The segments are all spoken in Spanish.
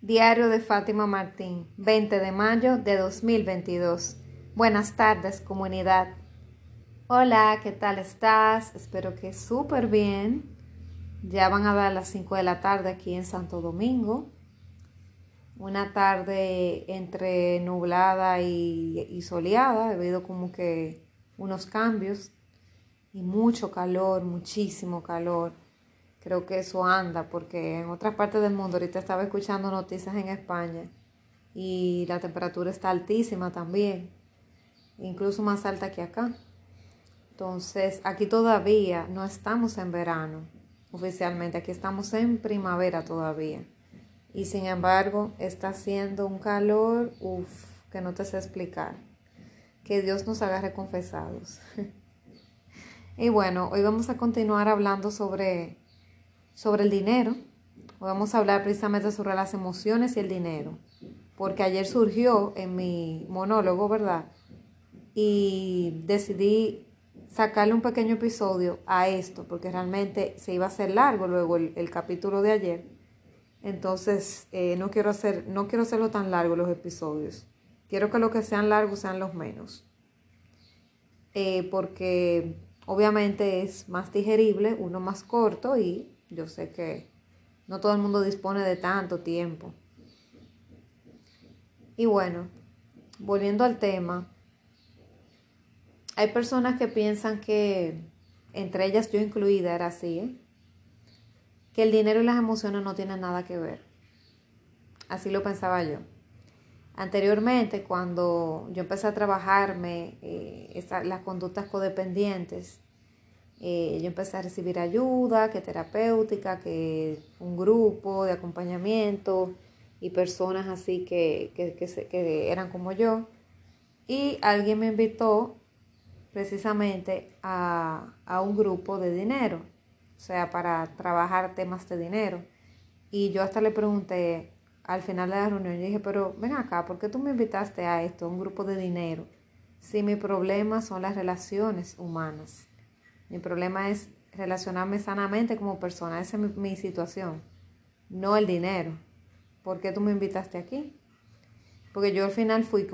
Diario de Fátima Martín, 20 de mayo de 2022. Buenas tardes, comunidad. Hola, ¿qué tal estás? Espero que súper bien. Ya van a dar las 5 de la tarde aquí en Santo Domingo. Una tarde entre nublada y soleada, ha habido como que unos cambios y mucho calor, muchísimo calor. Creo que eso anda porque en otras partes del mundo, ahorita estaba escuchando noticias en España y la temperatura está altísima también, incluso más alta que acá. Entonces, aquí todavía no estamos en verano oficialmente, aquí estamos en primavera todavía. Y sin embargo, está haciendo un calor, que no te sé explicar. Que Dios nos agarre confesados. Y bueno, hoy vamos a continuar hablando sobre el dinero. Hoy vamos a hablar precisamente sobre las emociones y el dinero. Porque ayer surgió en mi monólogo, ¿verdad? Y decidí sacarle un pequeño episodio a esto, porque realmente se iba a hacer largo luego el capítulo de ayer. Entonces, no quiero hacerlo tan largo los episodios. Quiero que los que sean largos sean los menos. Porque obviamente es más digerible, uno más corto y yo sé que no todo el mundo dispone de tanto tiempo. Y bueno, volviendo al tema, hay personas que piensan que, entre ellas yo incluida, era así, que el dinero y las emociones no tienen nada que ver. Así lo pensaba yo. Anteriormente, cuando yo empecé a trabajarme las conductas codependientes, yo empecé a recibir ayuda, que terapéutica, que un grupo de acompañamiento y personas así que eran como yo. Y alguien me invitó precisamente a un grupo de dinero, o sea, para trabajar temas de dinero. Y yo hasta le pregunté al final de la reunión, yo dije, pero ven acá, ¿por qué tú me invitaste a esto, a un grupo de dinero? Si mi problema son las relaciones humanas. Mi problema es relacionarme sanamente como persona. Esa es mi situación, no el dinero. ¿Por qué tú me invitaste aquí? Porque yo al final fui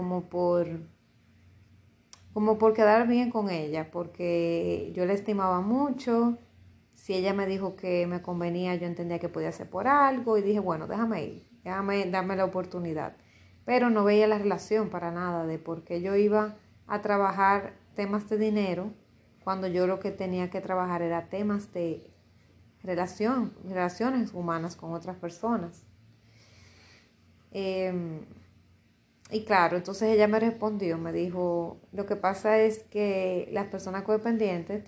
como por quedar bien con ella, porque yo la estimaba mucho. Si ella me dijo que me convenía, yo entendía que podía ser por algo y dije, bueno, déjame ir, déjame darme la oportunidad. Pero no veía la relación para nada de por qué yo iba a trabajar temas de dinero cuando yo lo que tenía que trabajar era temas de relaciones humanas con otras personas. Y claro, entonces ella me respondió, me dijo, lo que pasa es que las personas codependientes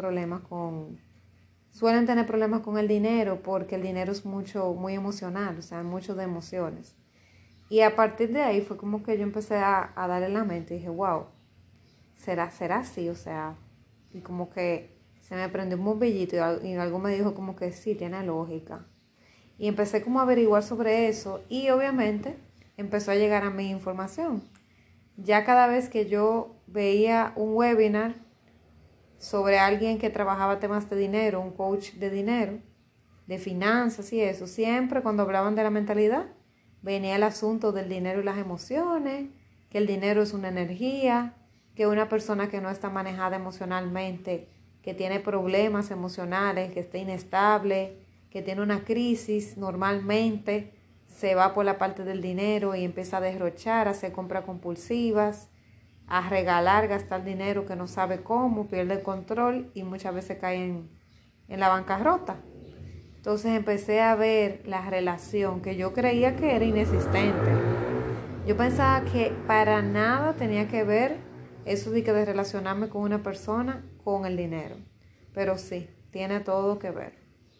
suelen tener problemas con el dinero porque el dinero es muy emocional, o sea, mucho de emociones. Y a partir de ahí fue como que yo empecé a darle la mente y dije, wow, será así, o sea, y como que se me prendió un bombillito y algo me dijo como que sí, tiene lógica. Y empecé como a averiguar sobre eso y obviamente empezó a llegar a mi información. Ya cada vez que yo veía un webinar sobre alguien que trabajaba temas de dinero, un coach de dinero, de finanzas y eso, siempre cuando hablaban de la mentalidad, venía el asunto del dinero y las emociones, que el dinero es una energía, que una persona que no está manejada emocionalmente, que tiene problemas emocionales, que está inestable, que tiene una crisis, normalmente se va por la parte del dinero y empieza a derrochar, a hacer compras compulsivas, a regalar, gastar dinero que no sabe cómo, pierde el control y muchas veces cae en la bancarrota. Entonces empecé a ver la relación que yo creía que era inexistente. Yo pensaba que para nada tenía que ver eso de relacionarme con una persona con el dinero. Pero sí, tiene todo que ver.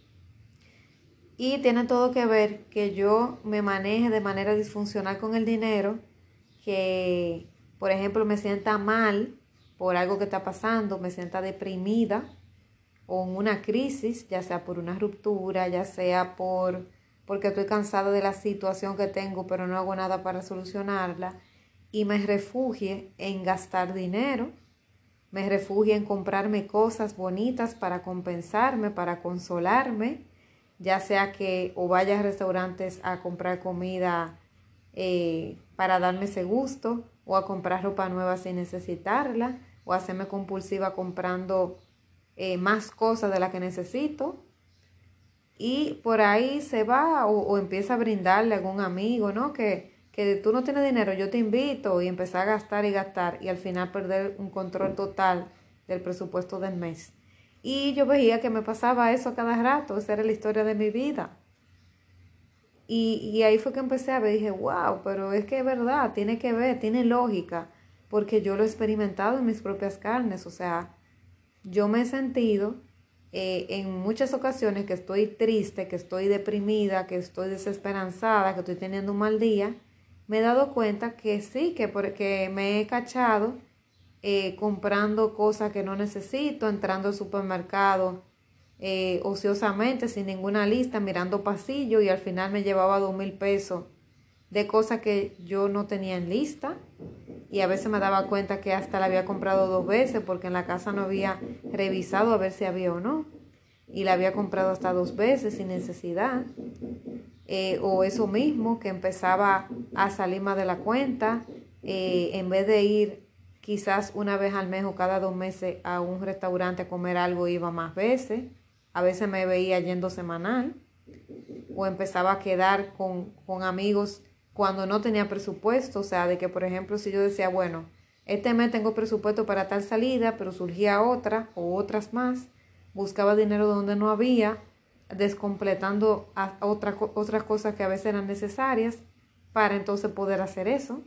Y tiene todo que ver que yo me maneje de manera disfuncional con el dinero, que por ejemplo me sienta mal por algo que está pasando, me sienta deprimida o en una crisis, ya sea por una ruptura, ya sea porque estoy cansada de la situación que tengo pero no hago nada para solucionarla y me refugie en gastar dinero, me refugie en comprarme cosas bonitas para compensarme, para consolarme ya sea que o vaya a restaurantes a comprar comida para darme ese gusto, o a comprar ropa nueva sin necesitarla, o hacerme compulsiva comprando más cosas de las que necesito. Y por ahí se va o empieza a brindarle a algún amigo, ¿no? Que tú no tienes dinero, yo te invito, y empezar a gastar y gastar y al final perder un control total del presupuesto del mes. Y yo veía que me pasaba eso a cada rato, esa era la historia de mi vida. Y ahí fue que empecé a ver, dije, wow, pero es que es verdad, tiene que ver, tiene lógica, porque yo lo he experimentado en mis propias carnes, o sea, yo me he sentido en muchas ocasiones que estoy triste, que estoy deprimida, que estoy desesperanzada, que estoy teniendo un mal día. Me he dado cuenta que sí, que porque me he cachado comprando cosas que no necesito, entrando al supermercado ociosamente, sin ninguna lista, mirando pasillo, y al final me llevaba 2,000 pesos de cosas que yo no tenía en lista, y a veces me daba cuenta que hasta la había comprado 2 veces porque en la casa no había revisado a ver si había o no, y la había comprado hasta 2 veces sin necesidad. O eso mismo, que empezaba a salir más de la cuenta, en vez de ir quizás una vez al mes o cada 2 meses a un restaurante a comer algo, iba más veces. A veces me veía yendo semanal, o empezaba a quedar con amigos cuando no tenía presupuesto. O sea, de que por ejemplo si yo decía, bueno, este mes tengo presupuesto para tal salida, pero surgía otra o otras más, buscaba dinero donde no había, descompletando otras cosas que a veces eran necesarias para entonces poder hacer eso.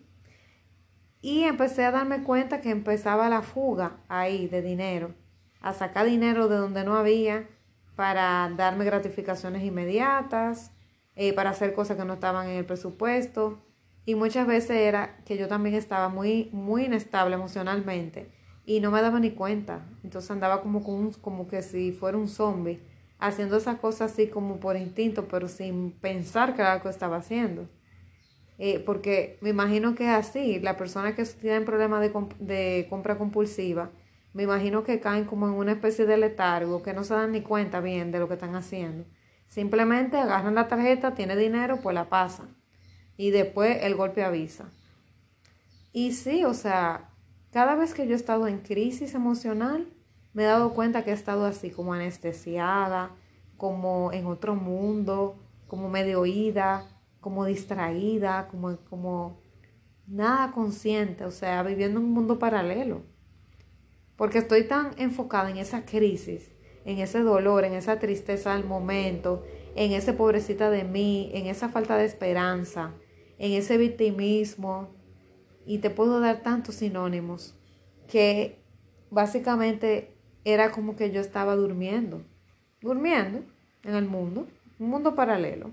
Y empecé a darme cuenta que empezaba la fuga ahí de dinero, a sacar dinero de donde no había para darme gratificaciones inmediatas, para hacer cosas que no estaban en el presupuesto. Y muchas veces era que yo también estaba muy, muy inestable emocionalmente y no me daba ni cuenta. Entonces andaba como que si fuera un zombie, haciendo esas cosas así como por instinto, pero sin pensar que era lo que estaba haciendo. Porque me imagino que es así, las personas que tienen problemas de compra compulsiva, me imagino que caen como en una especie de letargo, que no se dan ni cuenta bien de lo que están haciendo. Simplemente agarran la tarjeta, tiene dinero, pues la pasan. Y después el golpe avisa. Y sí, o sea, cada vez que yo he estado en crisis emocional, me he dado cuenta que he estado así, como anestesiada, como en otro mundo, como medio oída, como distraída, como nada consciente, o sea, viviendo en un mundo paralelo. Porque estoy tan enfocada en esa crisis, en ese dolor, en esa tristeza del momento, en ese pobrecita de mí, en esa falta de esperanza, en ese victimismo, y te puedo dar tantos sinónimos, que básicamente era como que yo estaba durmiendo en el mundo, un mundo paralelo.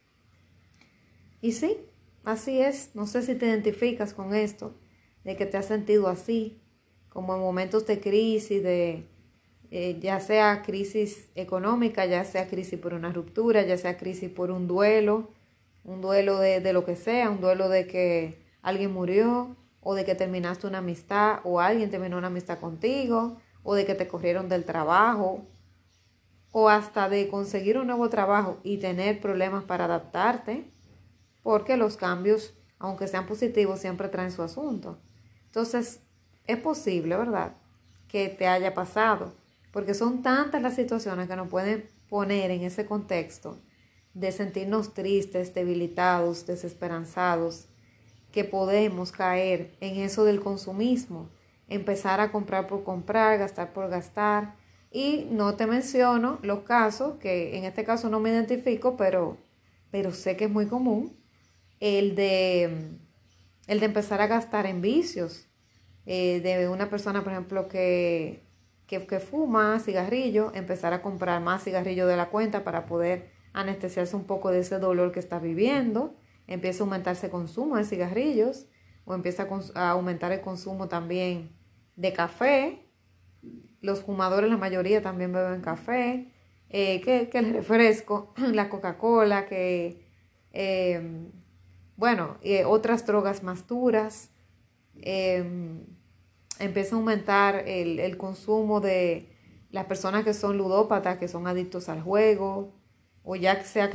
Y sí, así es. No sé si te identificas con esto, de que te has sentido así, como en momentos de crisis, ya sea crisis económica, ya sea crisis por una ruptura, ya sea crisis por un duelo de lo que sea, un duelo de que alguien murió, o de que terminaste una amistad, o alguien terminó una amistad contigo, o de que te corrieron del trabajo, o hasta de conseguir un nuevo trabajo y tener problemas para adaptarte, porque los cambios, aunque sean positivos, siempre traen su asunto. Entonces, es posible, ¿verdad?, que te haya pasado, porque son tantas las situaciones que nos pueden poner en ese contexto de sentirnos tristes, debilitados, desesperanzados, que podemos caer en eso del consumismo, empezar a comprar por comprar, gastar por gastar. Y no te menciono los casos, que en este caso no me identifico, pero sé que es muy común, el de, el de empezar a gastar en vicios, de una persona, por ejemplo, que fuma cigarrillo, empezar a comprar más cigarrillo de la cuenta para poder anestesiarse un poco de ese dolor que está viviendo. Empieza a aumentarse el consumo de cigarrillos, o empieza a aumentar el consumo también de café. Los fumadores, la mayoría también beben café, que el refresco, la Coca-Cola, eh, bueno, otras drogas más duras. Empieza a aumentar el consumo de las personas que son ludópatas, que son adictos al juego. o ya sea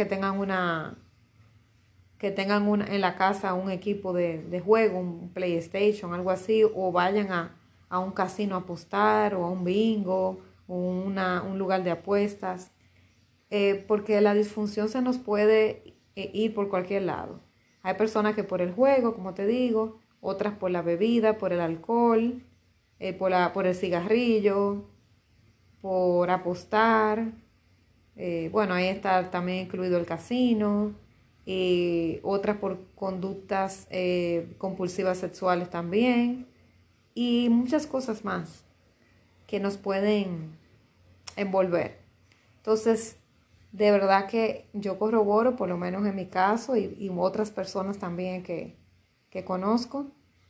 que tengan en la casa un equipo de juego, un PlayStation, algo así, o vayan a un casino a apostar, o a un bingo, o un lugar de apuestas, porque la disfunción se nos puede ir por cualquier lado. Hay personas que por el juego, como te digo, otras por la bebida, por el alcohol, por el cigarrillo, por apostar. Bueno, ahí está también incluido el casino, otras por conductas compulsivas sexuales también, y muchas cosas más que nos pueden envolver. Entonces, de verdad que yo corroboro, por lo menos en mi caso, y otras personas también que conozco,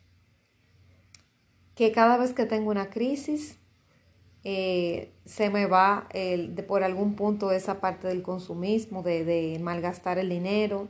que cada vez que tengo una crisis, se me va por algún punto esa parte del consumismo, de malgastar el dinero,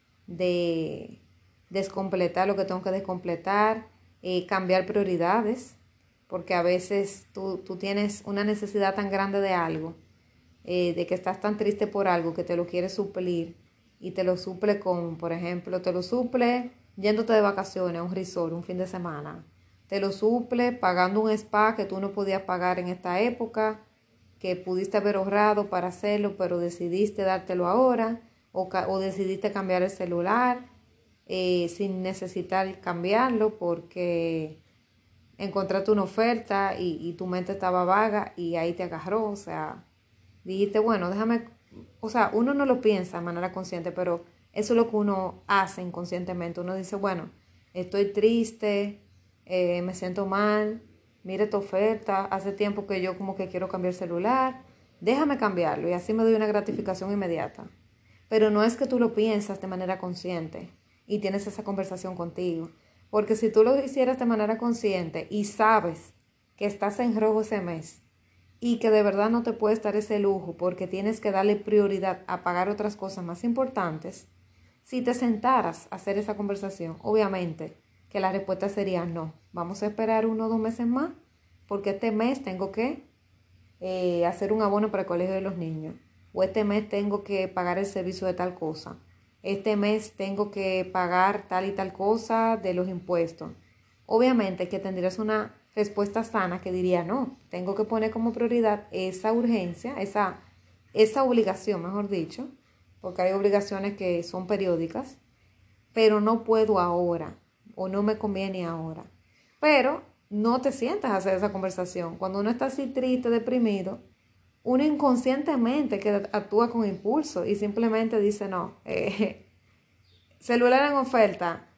de descompletar lo que tengo que descompletar, cambiar prioridades, porque a veces tú tienes una necesidad tan grande de algo, de que estás tan triste por algo que te lo quieres suplir y te lo suple con, por ejemplo, te lo suple yéndote de vacaciones a un resort un fin de semana, te lo suple pagando un spa que tú no podías pagar en esta época, que pudiste haber ahorrado para hacerlo, pero decidiste dártelo ahora, o decidiste cambiar el celular sin necesitar cambiarlo porque encontraste una oferta y tu mente estaba vaga y ahí te agarró. O sea, dijiste, bueno, déjame, o sea, uno no lo piensa de manera consciente, pero eso es lo que uno hace inconscientemente. Uno dice, bueno, estoy triste, me siento mal, mire esta oferta, hace tiempo que yo como que quiero cambiar el celular, déjame cambiarlo y así me doy una gratificación inmediata. Pero no es que tú lo piensas de manera consciente y tienes esa conversación contigo. Porque si tú lo hicieras de manera consciente y sabes que estás en rojo ese mes y que de verdad no te puedes dar ese lujo porque tienes que darle prioridad a pagar otras cosas más importantes, si te sentaras a hacer esa conversación, obviamente que la respuesta sería no. Vamos a esperar 1 o 2 meses más porque este mes tengo que hacer un abono para el colegio de los niños, o este mes tengo que pagar el servicio de tal cosa, este mes tengo que pagar tal y tal cosa de los impuestos. Obviamente que tendrías una respuesta sana que diría no, tengo que poner como prioridad esa urgencia, esa obligación, mejor dicho, porque hay obligaciones que son periódicas, pero no puedo ahora o no me conviene ahora. Pero no te sientas a hacer esa conversación. Cuando uno está así triste, deprimido, uno inconscientemente que actúa con impulso y simplemente dice, no, celular en oferta,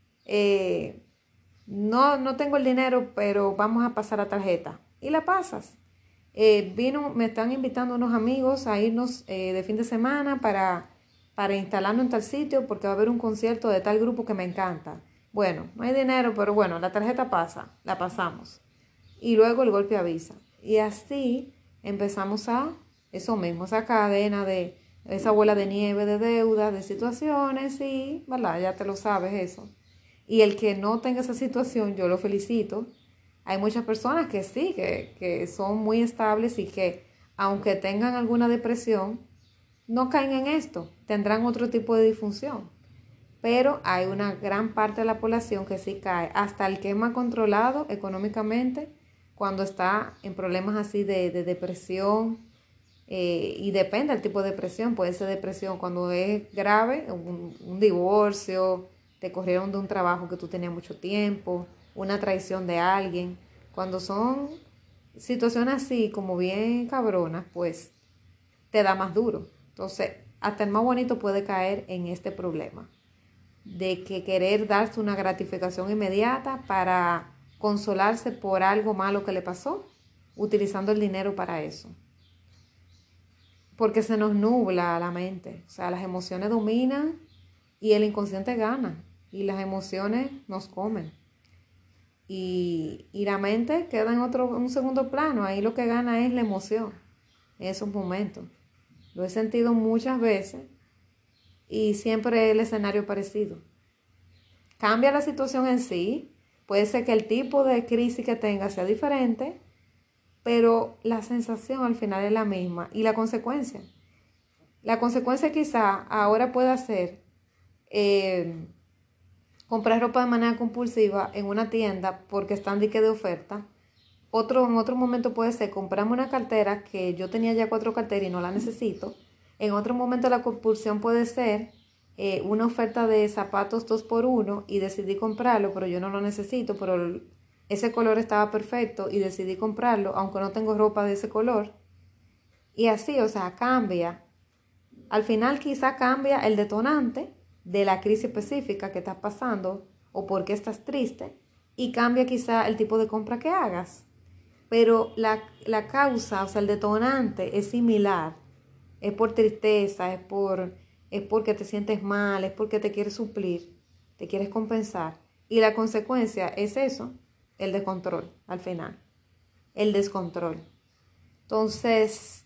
no tengo el dinero, pero vamos a pasar la tarjeta. Y la pasas. Me están invitando unos amigos a irnos de fin de semana para instalarnos en tal sitio porque va a haber un concierto de tal grupo que me encanta. Bueno, no hay dinero, pero bueno, la tarjeta pasa, la pasamos. Y luego el golpe avisa. Y así empezamos eso mismo, esa cadena de esa bola de nieve de deudas, de situaciones y, ¿verdad? Ya te lo sabes eso. Y el que no tenga esa situación, yo lo felicito. Hay muchas personas que sí, que son muy estables y que aunque tengan alguna depresión, no caen en esto, tendrán otro tipo de disfunción. Pero hay una gran parte de la población que sí cae, hasta el que es más controlado económicamente, cuando está en problemas así de depresión, y depende del tipo de depresión, puede ser depresión cuando es grave, un divorcio, te corrieron de un trabajo que tú tenías mucho tiempo, una traición de alguien. Cuando son situaciones así como bien cabronas, pues te da más duro. Entonces, hasta el más bonito puede caer en este problema de que querer darse una gratificación inmediata para consolarse por algo malo que le pasó, utilizando el dinero para eso. Porque se nos nubla la mente, o sea, las emociones dominan y el inconsciente gana y las emociones nos comen. Y la mente queda en un segundo plano, ahí lo que gana es la emoción en esos momentos. Lo he sentido muchas veces y siempre el escenario parecido. Cambia la situación en sí, puede ser que el tipo de crisis que tenga sea diferente, pero la sensación al final es la misma y la consecuencia. La consecuencia quizá ahora pueda ser eh, comprar ropa de manera compulsiva en una tienda porque están dique de oferta. En otro momento puede ser comprarme una cartera que yo tenía ya 4 carteras y no la necesito. En otro momento la compulsión puede ser una oferta de zapatos 2 por 1 y decidí comprarlo, pero yo no lo necesito, pero ese color estaba perfecto y decidí comprarlo, aunque no tengo ropa de ese color. Y así, o sea, cambia. Al final quizá cambia el detonante de la crisis específica que estás pasando o por qué estás triste y cambia quizá el tipo de compra que hagas. Pero la causa, o sea, el detonante es similar. Es por tristeza, es porque te sientes mal, es porque te quieres suplir, te quieres compensar. Y la consecuencia es eso, el descontrol al final, el descontrol. Entonces,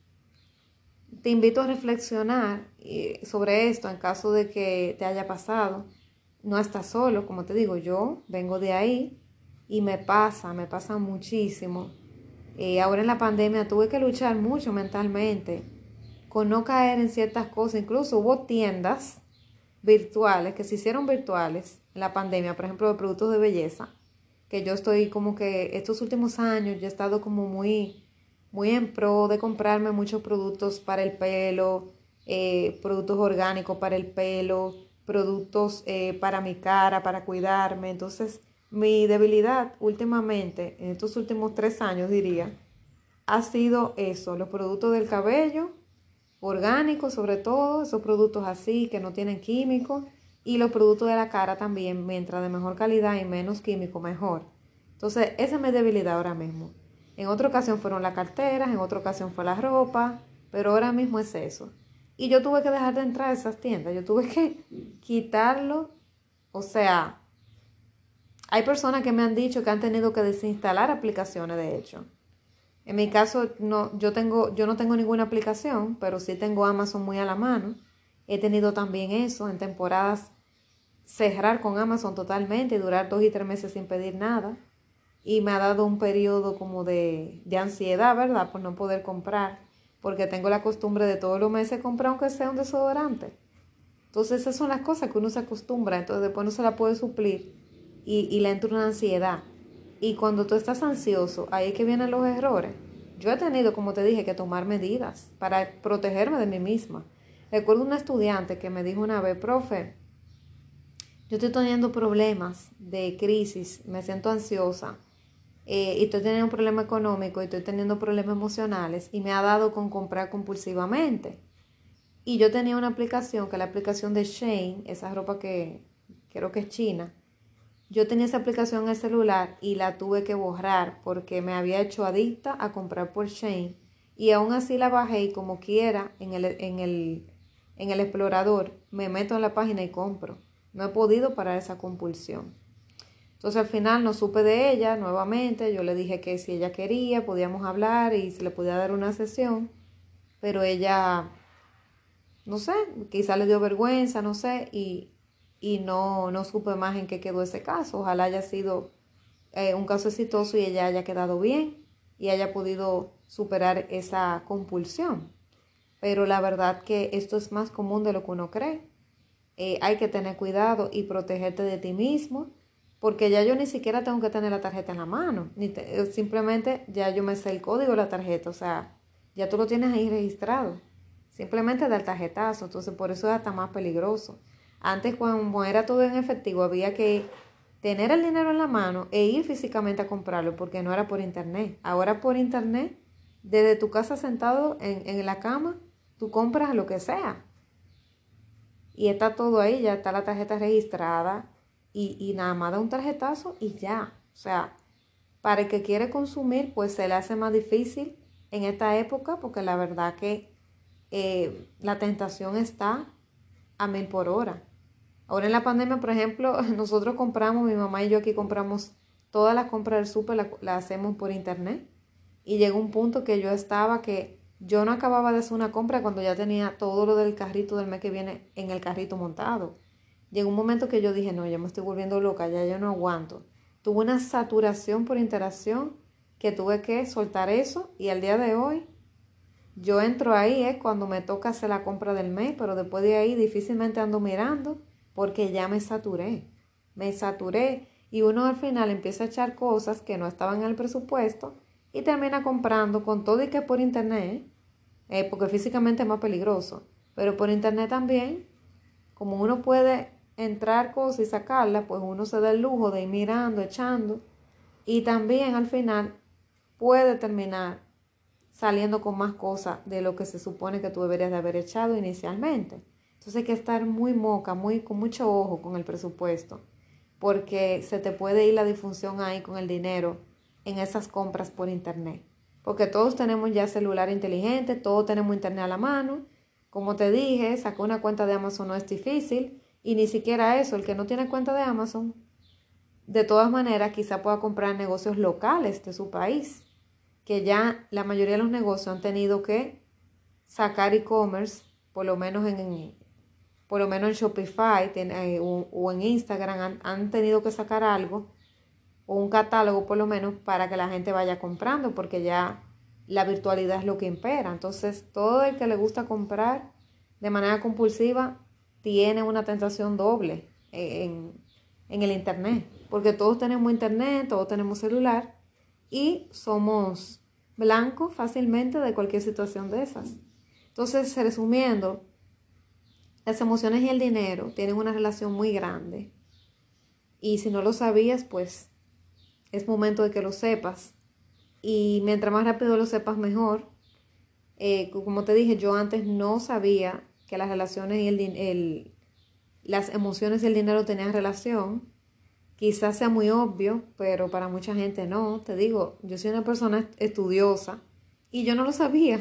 te invito a reflexionar sobre esto en caso de que te haya pasado. No estás solo, como te digo, yo vengo de ahí y me pasa muchísimo. Ahora en la pandemia tuve que luchar mucho mentalmente con no caer en ciertas cosas. Incluso hubo tiendas virtuales que se hicieron virtuales en la pandemia, por ejemplo, de productos de belleza, que yo estoy como que estos últimos años yo he estado como muy en pro de comprarme muchos productos para el pelo, productos orgánicos para el pelo, productos para mi cara, para cuidarme. Entonces, mi debilidad últimamente, en estos últimos 3 años diría, ha sido eso, los productos del cabello, orgánicos sobre todo, esos productos así que no tienen químicos, y los productos de la cara también, mientras de mejor calidad y menos químico, mejor. Entonces, esa es mi debilidad ahora mismo. En otra ocasión fueron las carteras, en otra ocasión fue la ropa, pero ahora mismo es eso. Y yo tuve que dejar de entrar a esas tiendas, yo tuve que quitarlo. O sea, hay personas que me han dicho que han tenido que desinstalar aplicaciones, de hecho. En mi caso, no, yo no tengo ninguna aplicación, pero sí tengo Amazon muy a la mano. He tenido también eso en temporadas, cerrar con Amazon totalmente y durar 2 y 3 meses sin pedir nada. Y me ha dado un periodo como de ansiedad, ¿verdad? Por no poder comprar, porque tengo la costumbre de todos los meses comprar aunque sea un desodorante. Entonces esas son las cosas que uno se acostumbra, entonces después no se la puede suplir y le entra una ansiedad. Y cuando tú estás ansioso, ahí es que vienen los errores. Yo he tenido, como te dije, que tomar medidas para protegerme de mí misma. Recuerdo una estudiante que me dijo una vez, profe, yo estoy teniendo problemas de crisis, me siento ansiosa y estoy teniendo un problema económico y estoy teniendo problemas emocionales y me ha dado con comprar compulsivamente. Y yo tenía una aplicación, que es la aplicación de Shein, esa ropa que creo que es china. Yo tenía esa aplicación en el celular y la tuve que borrar porque me había hecho adicta a comprar por Shein. Y aún así la bajé y como quiera en el explorador me meto en la página y compro. No he podido parar esa compulsión. Entonces al final no supe de ella nuevamente. Yo le dije que si ella quería podíamos hablar y se le podía dar una sesión. Pero ella, no sé, quizá le dio vergüenza, no sé, y no supe más en qué quedó ese caso. Ojalá haya sido un caso exitoso y ella haya quedado bien y haya podido superar esa compulsión. Pero la verdad que esto es más común de lo que uno cree. Hay que tener cuidado y protegerte de ti mismo, porque ya yo ni siquiera tengo que tener la tarjeta en la mano, simplemente ya yo me sé el código de la tarjeta, o sea, ya tú lo tienes ahí registrado. Simplemente da el tarjetazo, entonces por eso es hasta más peligroso. Antes, cuando era todo en efectivo, había que tener el dinero en la mano e ir físicamente a comprarlo, porque no era por internet. Ahora por internet, desde tu casa sentado en la cama, tú compras lo que sea. Y está todo ahí, ya está la tarjeta registrada y nada más da un tarjetazo y ya. O sea, para el que quiere consumir, pues se le hace más difícil en esta época porque la verdad que la tentación está a 1000 por hora. Ahora en la pandemia, por ejemplo, nosotros compramos, mi mamá y yo aquí compramos todas las compras del súper, la hacemos por internet. Y llegó un punto que yo estaba que yo no acababa de hacer una compra cuando ya tenía todo lo del carrito del mes que viene en el carrito montado. Llegó un momento que yo dije, no, ya me estoy volviendo loca, ya yo no aguanto. Tuve una saturación por interacción que tuve que soltar eso y al día de hoy Yo entro ahí es cuando me toca hacer la compra del mes, pero después de ahí difícilmente ando mirando porque ya me saturé. Me saturé y uno al final empieza a echar cosas que no estaban en el presupuesto y termina comprando con todo y que por internet, porque físicamente es más peligroso, pero por internet también, como uno puede entrar cosas y sacarlas, pues uno se da el lujo de ir mirando, echando y también al final puede terminar saliendo con más cosas de lo que se supone que tú deberías de haber echado inicialmente. Entonces hay que estar muy moca, con mucho ojo con el presupuesto, porque se te puede ir la disfunción ahí con el dinero en esas compras por internet. Porque todos tenemos ya celular inteligente, todos tenemos internet a la mano. Como te dije, sacar una cuenta de Amazon no es difícil y ni siquiera eso, el que no tiene cuenta de Amazon, de todas maneras quizá pueda comprar negocios locales de su país, que ya la mayoría de los negocios han tenido que sacar e-commerce, por lo menos en Shopify o en Instagram han tenido que sacar algo, o un catálogo por lo menos, para que la gente vaya comprando, porque ya la virtualidad es lo que impera. Entonces, todo el que le gusta comprar de manera compulsiva tiene una tentación doble en el internet, porque todos tenemos internet, todos tenemos celular y somos blancos fácilmente de cualquier situación de esas. Entonces, resumiendo, las emociones y el dinero tienen una relación muy grande y si no lo sabías, pues es momento de que lo sepas y mientras más rápido lo sepas mejor. Como te dije, yo antes no sabía que las relaciones y las emociones y el dinero tenían relación. Quizás sea muy obvio, pero para mucha gente no. Te digo, yo soy una persona estudiosa y yo no lo sabía.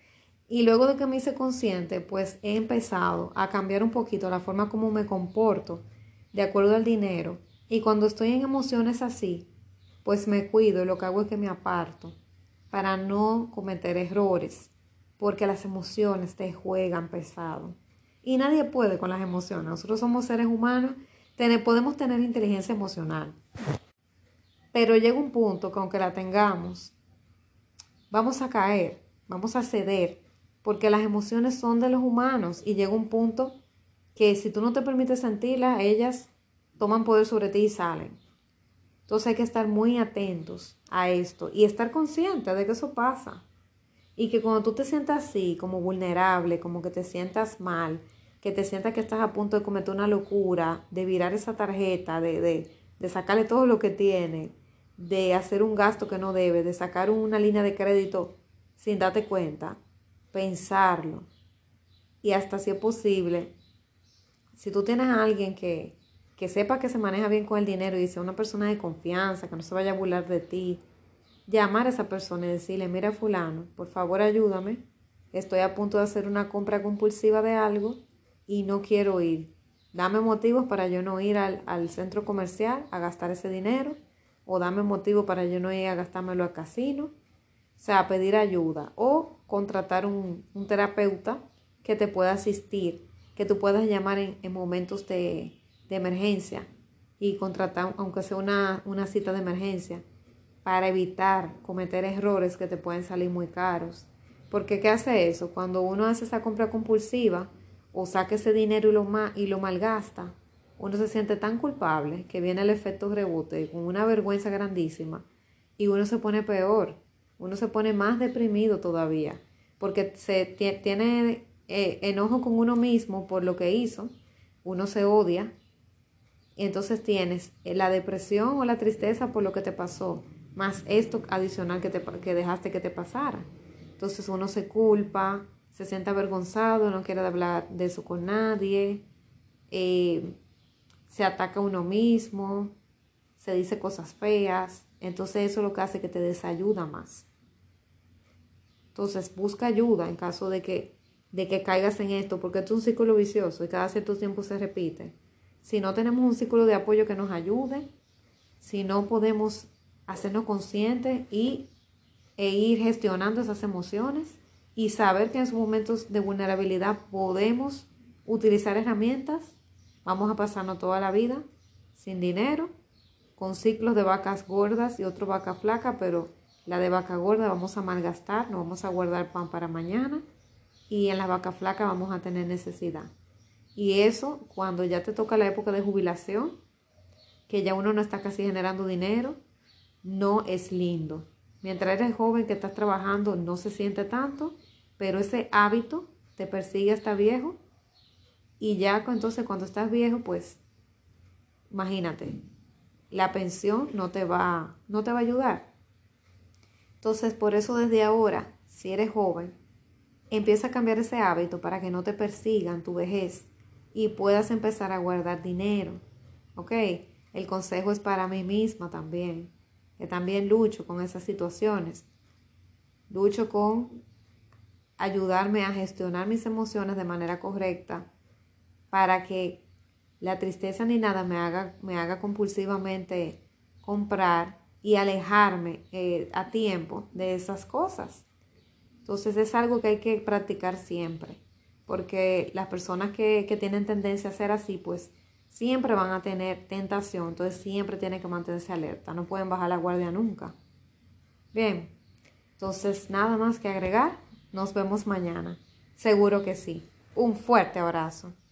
Y luego de que me hice consciente, pues he empezado a cambiar un poquito la forma como me comporto de acuerdo al dinero. Y cuando estoy en emociones así, pues me cuido y lo que hago es que me aparto para no cometer errores, porque las emociones te juegan pesado. Y nadie puede con las emociones. Nosotros somos seres humanos, podemos tener inteligencia emocional, pero llega un punto que aunque la tengamos, vamos a caer, vamos a ceder, porque las emociones son de los humanos y llega un punto que si tú no te permites sentirlas, ellas toman poder sobre ti y salen. Entonces hay que estar muy atentos a esto y estar consciente de que eso pasa. Y que cuando tú te sientas así, como vulnerable, como que te sientas mal, que te sientas que estás a punto de cometer una locura, de virar esa tarjeta, de sacarle todo lo que tiene, de hacer un gasto que no debe, de sacar una línea de crédito sin darte cuenta, pensarlo. Y hasta si es posible, si tú tienes a alguien que sepa que se maneja bien con el dinero y sea una persona de confianza, que no se vaya a burlar de ti, llamar a esa persona y decirle, mira fulano, por favor ayúdame, estoy a punto de hacer una compra compulsiva de algo y no quiero ir. Dame motivos para yo no ir al centro comercial a gastar ese dinero, o dame motivos para yo no ir a gastármelo al casino. O sea, pedir ayuda o contratar un terapeuta que te pueda asistir, que tú puedas llamar en momentos de emergencia y contratar, aunque sea una cita de emergencia, para evitar cometer errores que te pueden salir muy caros. Porque ¿qué hace eso? Cuando uno hace esa compra compulsiva o saca ese dinero y lo malgasta, uno se siente tan culpable que viene el efecto rebote con una vergüenza grandísima y uno se pone peor, uno se pone más deprimido todavía, porque tiene enojo con uno mismo por lo que hizo, uno se odia y entonces tienes la depresión o la tristeza por lo que te pasó, más esto adicional que dejaste que te pasara. Entonces uno se culpa, se siente avergonzado, no quiere hablar de eso con nadie, se ataca a uno mismo, se dice cosas feas. Entonces eso es lo que hace que te desayuda más. Entonces busca ayuda en caso de que caigas en esto, porque esto es un círculo vicioso y cada cierto tiempo se repite. Si no tenemos un círculo de apoyo que nos ayude, si no podemos hacernos conscientes e ir gestionando esas emociones y saber que en sus momentos de vulnerabilidad podemos utilizar herramientas, vamos a pasarnos toda la vida sin dinero, con ciclos de vacas gordas y otro vaca flaca, pero La de vaca gorda vamos a malgastar, no vamos a guardar pan para mañana. Y en la vaca flaca vamos a tener necesidad. Y eso, cuando ya te toca la época de jubilación, que ya uno no está casi generando dinero, no es lindo. Mientras eres joven que estás trabajando, no se siente tanto, pero ese hábito te persigue hasta viejo. Y ya entonces cuando estás viejo, pues imagínate, la pensión no te va a ayudar. Entonces, por eso desde ahora, si eres joven, empieza a cambiar ese hábito para que no te persigan tu vejez y puedas empezar a guardar dinero. ¿Ok? El consejo es para mí misma también, que también lucho con esas situaciones. Lucho con ayudarme a gestionar mis emociones de manera correcta para que la tristeza ni nada me haga compulsivamente comprar y alejarme a tiempo de esas cosas. Entonces es algo que hay que practicar siempre, porque las personas que tienen tendencia a ser así, pues siempre van a tener tentación, entonces siempre tienen que mantenerse alerta, no pueden bajar la guardia nunca. Bien, entonces nada más que agregar, nos vemos mañana, seguro que sí. Un fuerte abrazo.